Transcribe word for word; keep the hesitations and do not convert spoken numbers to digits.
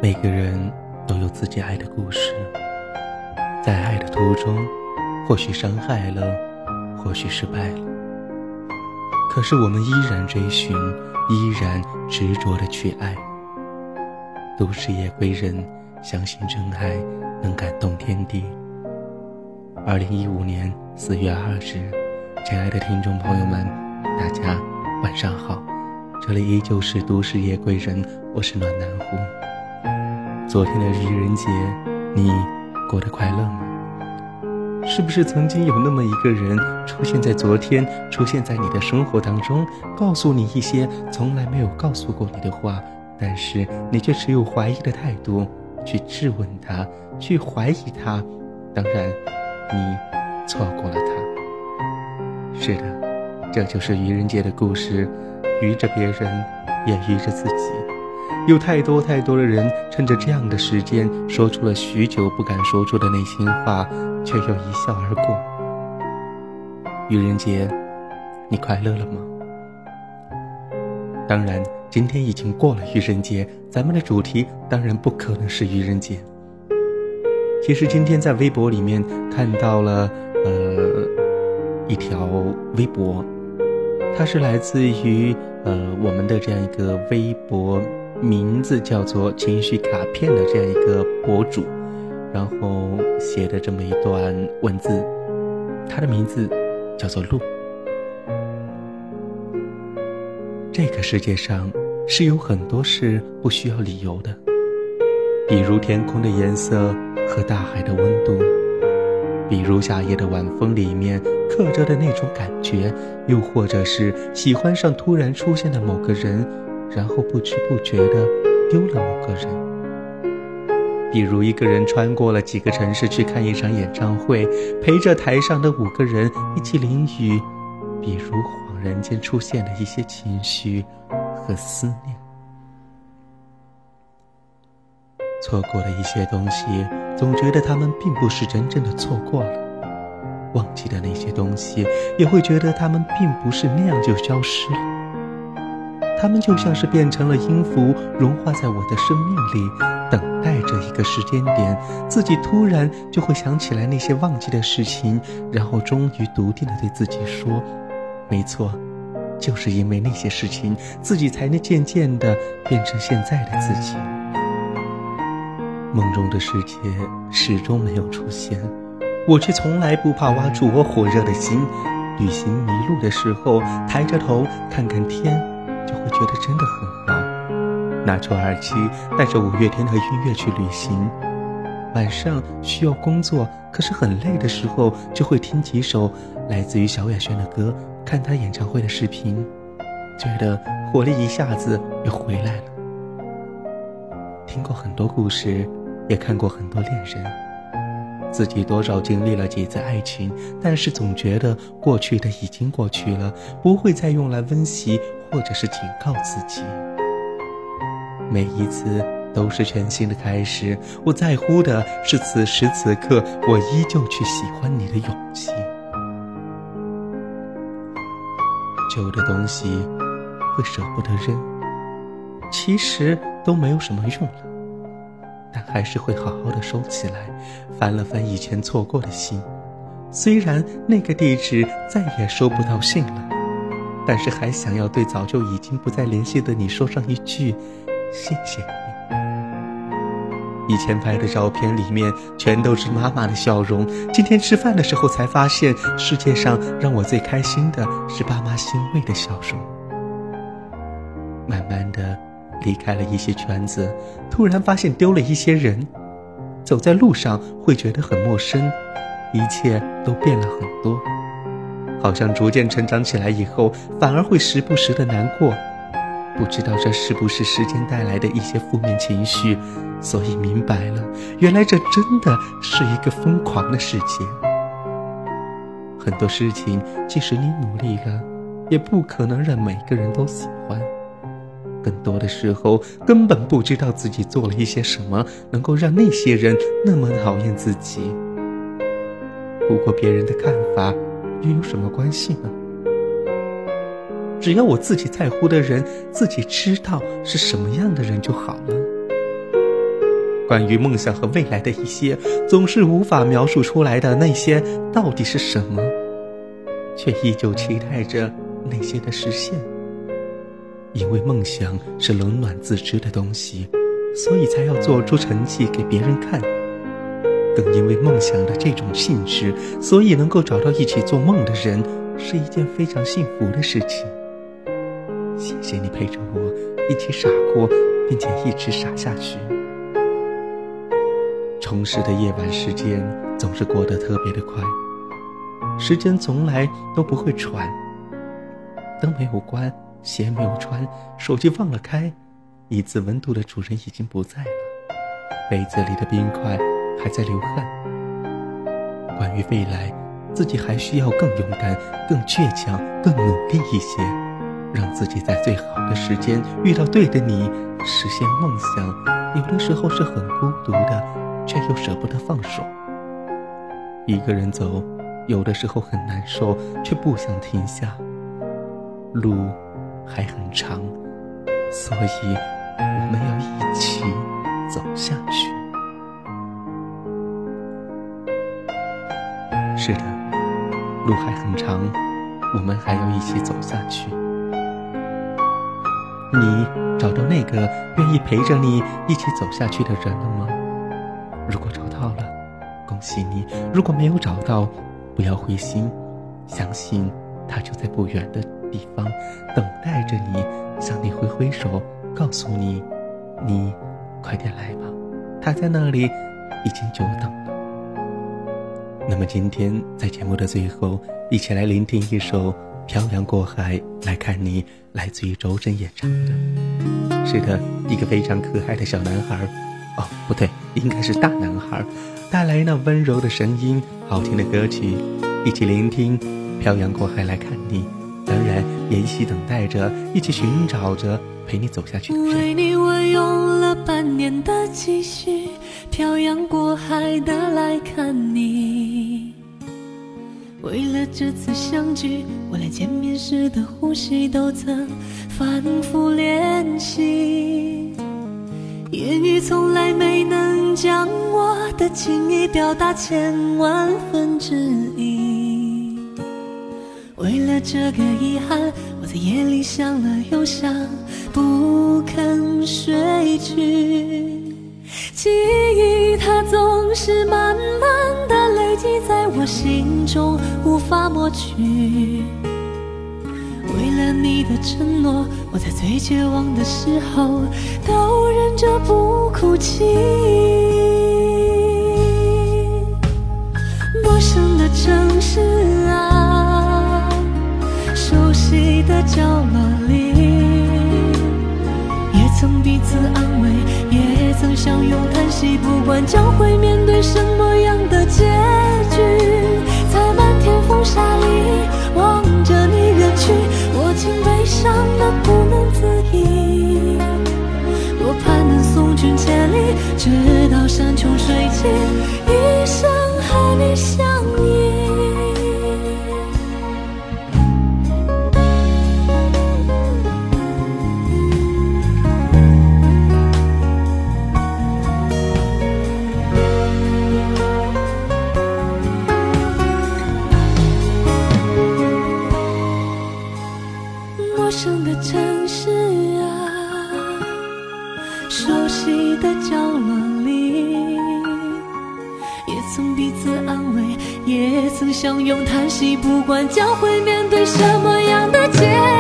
每个人都有自己爱的故事，在爱的途中，或许伤害了，或许失败了，可是我们依然追寻，依然执着地去爱。都市夜归人，相信真爱能感动天地。二零一五年四月二日，亲爱的听众朋友们，大家晚上好，这里依旧是都市夜归人，我是暖南湖。昨天的愚人节，你过得快乐吗？是不是曾经有那么一个人出现在昨天，出现在你的生活当中，告诉你一些从来没有告诉过你的话，但是你却持有怀疑的态度去质问他，去怀疑他，当然你错过了他。是的，这就是愚人节的故事，愚着别人也愚着自己。有太多太多的人趁着这样的时间，说出了许久不敢说出的内心话，却又一笑而过。愚人节，你快乐了吗？当然今天已经过了愚人节，咱们的主题当然不可能是愚人节。其实今天在微博里面看到了呃一条微博，它是来自于呃我们的这样一个微博名字叫做情绪卡片的这样一个博主，然后写的这么一段文字，他的名字叫做路。这个世界上是有很多事不需要理由的，比如天空的颜色和大海的温度，比如夏夜的晚风里面刻着的那种感觉，又或者是喜欢上突然出现的某个人，然后不知不觉地丢了某个人。比如一个人穿过了几个城市去看一场演唱会，陪着台上的五个人一起淋雨。比如恍然间出现了一些情绪和思念。错过了一些东西，总觉得他们并不是真正的错过了。忘记的那些东西，也会觉得他们并不是那样就消失了。他们就像是变成了音符，融化在我的生命里，等待着一个时间点，自己突然就会想起来那些忘记的事情，然后终于笃定地对自己说，没错，就是因为那些事情，自己才能渐渐地变成现在的自己。梦中的世界始终没有出现，我却从来不怕挖出我火热的心。旅行迷路的时候，抬着头看看天，就会觉得真的很好。拿出耳机，带着五月天的音乐去旅行。晚上需要工作，可是很累的时候，就会听几首来自于萧亚轩的歌，看他演唱会的视频，觉得活力一下子又回来了。听过很多故事，也看过很多恋人，自己多少经历了几次爱情，但是总觉得过去的已经过去了，不会再用来温习或者是警告自己。每一次都是全新的开始，我在乎的是此时此刻我依旧去喜欢你的勇气。旧的东西会舍不得扔，其实都没有什么用了，但还是会好好的收起来，翻了翻以前错过的信。虽然那个地址再也收不到信了，但是还想要对早就已经不再联系的你说上一句谢谢你。以前拍的照片里面全都是妈妈的笑容，今天吃饭的时候才发现，世界上让我最开心的是爸妈欣慰的笑容。慢慢的离开了一些圈子，突然发现丢了一些人，走在路上会觉得很陌生，一切都变了很多，好像逐渐成长起来以后，反而会时不时的难过，不知道这是不是时间带来的一些负面情绪，所以明白了，原来这真的是一个疯狂的世界。很多事情即使你努力了，也不可能让每个人都喜欢，更多的时候根本不知道自己做了一些什么能够让那些人那么讨厌自己。不过别人的看法又有什么关系呢？只要我自己在乎的人自己知道是什么样的人就好了。 关于梦想和未来的一些总是无法描述出来的那些到底是什么，却依旧期待着那些的实现。因为梦想是冷暖自知的东西，所以才要做出成绩给别人看。更因为梦想的这种性质，所以能够找到一起做梦的人，是一件非常幸福的事情。谢谢你陪着我一起傻过，并且一直傻下去。充实的夜晚时间总是过得特别的快，时间从来都不会喘。灯没有关，鞋没有穿，手机忘了开，椅子温度的主人已经不在了，杯子里的冰块还在流汗。关于未来，自己还需要更勇敢、更倔强、更努力一些，让自己在最好的时间遇到对的你，实现梦想。有的时候是很孤独的，却又舍不得放手。一个人走，有的时候很难受，却不想停下。路还很长，所以我们要一起走下去。是的，路还很长，我们还要一起走下去。你找到那个愿意陪着你一起走下去的人了吗？如果找到了，恭喜你；如果没有找到，不要灰心，相信他就在不远的地方等待着你，向你挥挥手，告诉你，你快点来吧，他在那里已经久等了。那么今天在节目的最后，一起来聆听一首《漂洋过海来看你》，来自于周深演唱的。是的，一个非常可爱的小男孩，哦，不对，应该是大男孩，带来那温柔的声音，好听的歌曲，一起聆听《漂洋过海来看你》。当然也一起等待着，一起寻找着陪你走下去的人。 为你我用了半年的积蓄，漂洋过海的来看你。为了这次相聚，我连见面时的呼吸都曾反复练习，言语从来没能将我的情意表达千万分之一。为了这个遗憾，我在夜里想了又想，不肯睡去。记忆它总是慢慢地累积在我心中，无法抹去。为了你的承诺，我在最绝望的时候都忍着不哭泣。陌生的城市啊，熟悉的角落里，也曾彼此安慰，也曾相拥叹息，不管将会面对什么样的结局，在漫天风沙里望着你远去，我竟悲伤得不能自已。多盼能送君千里，直到山穷水尽，一生和你相依。陌生的城市啊，熟悉的角落里，也曾彼此安慰，也曾相拥叹息，不管将会面对什么样的结